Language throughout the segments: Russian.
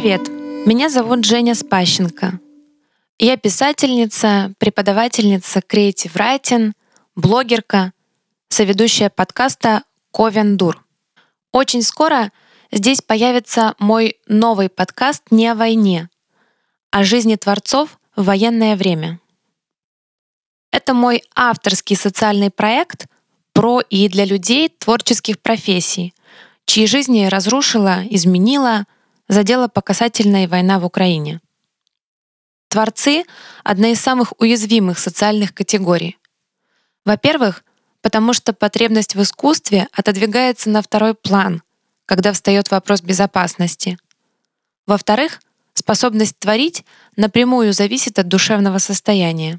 Привет! Меня зовут Женя Спащенко. Я писательница, преподавательница Creative Writing, блогерка, соведущая подкаста Ковен-Дур. Очень скоро здесь появится мой новый подкаст «Не о войне», о жизни творцов в военное время. Это мой авторский социальный проект про и для людей творческих профессий, чьи жизни разрушила, изменила, задела по касательной война в Украине. Творцы — одна из самых уязвимых социальных категорий. Во-первых, потому что потребность в искусстве отодвигается на второй план, когда встает вопрос безопасности. Во-вторых, способность творить напрямую зависит от душевного состояния.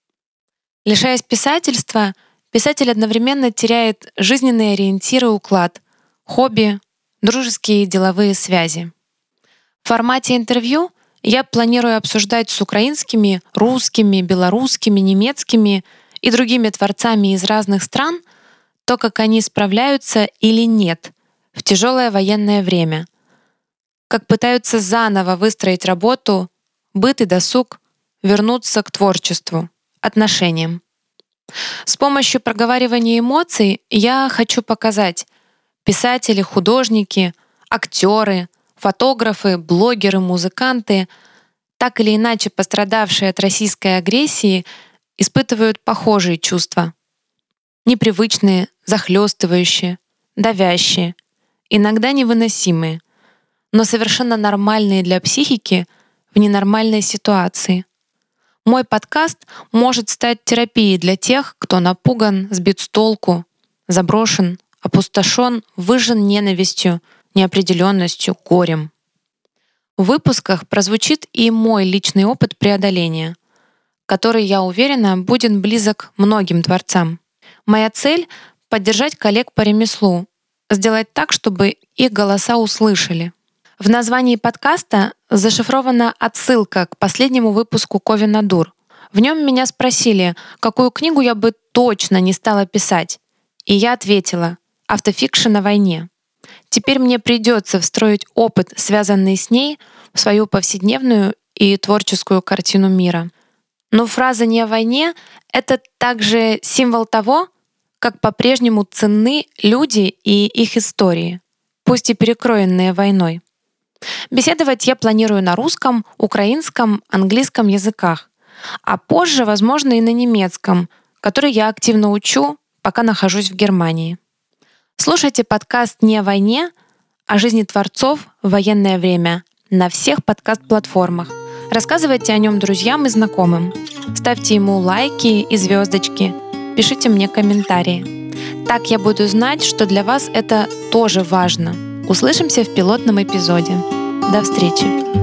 Лишаясь писательства, писатель одновременно теряет жизненные ориентиры и уклад, хобби, дружеские и деловые связи. В формате интервью я планирую обсуждать с украинскими, русскими, белорусскими, немецкими и другими творцами из разных стран то, как они справляются или нет в тяжелое военное время, как пытаются заново выстроить работу, быт и досуг, вернуться к творчеству, отношениям. С помощью проговаривания эмоций я хочу показать: писатели, художники, актеры, фотографы, блогеры, музыканты, так или иначе пострадавшие от российской агрессии, испытывают похожие чувства. Непривычные, захлестывающие, давящие, иногда невыносимые, но совершенно нормальные для психики в ненормальной ситуации. Мой подкаст может стать терапией для тех, кто напуган, сбит с толку, заброшен, опустошен, выжжен ненавистью, неопределенностью, горем. В выпусках прозвучит и мой личный опыт преодоления, который, я уверена, будет близок многим творцам. Моя цель — поддержать коллег по ремеслу, сделать так, чтобы их голоса услышали. В названии подкаста зашифрована отсылка к последнему выпуску Ковен-Дур. В нем меня спросили, какую книгу я бы точно не стала писать. И я ответила: автофикшн о войне. Теперь мне придется встроить опыт, связанный с ней, в свою повседневную и творческую картину мира. Но фраза «не о войне» — это также символ того, как по-прежнему ценны люди и их истории, пусть и перекроенные войной. Беседовать я планирую на русском, украинском, английском языках, а позже, возможно, и на немецком, который я активно учу, пока нахожусь в Германии. Слушайте подкаст «Не о войне», о жизни творцов в военное время на всех подкаст-платформах. Рассказывайте о нем друзьям и знакомым. Ставьте ему лайки и звездочки. Пишите мне комментарии. Так я буду знать, что для вас это тоже важно. Услышимся в пилотном эпизоде. До встречи!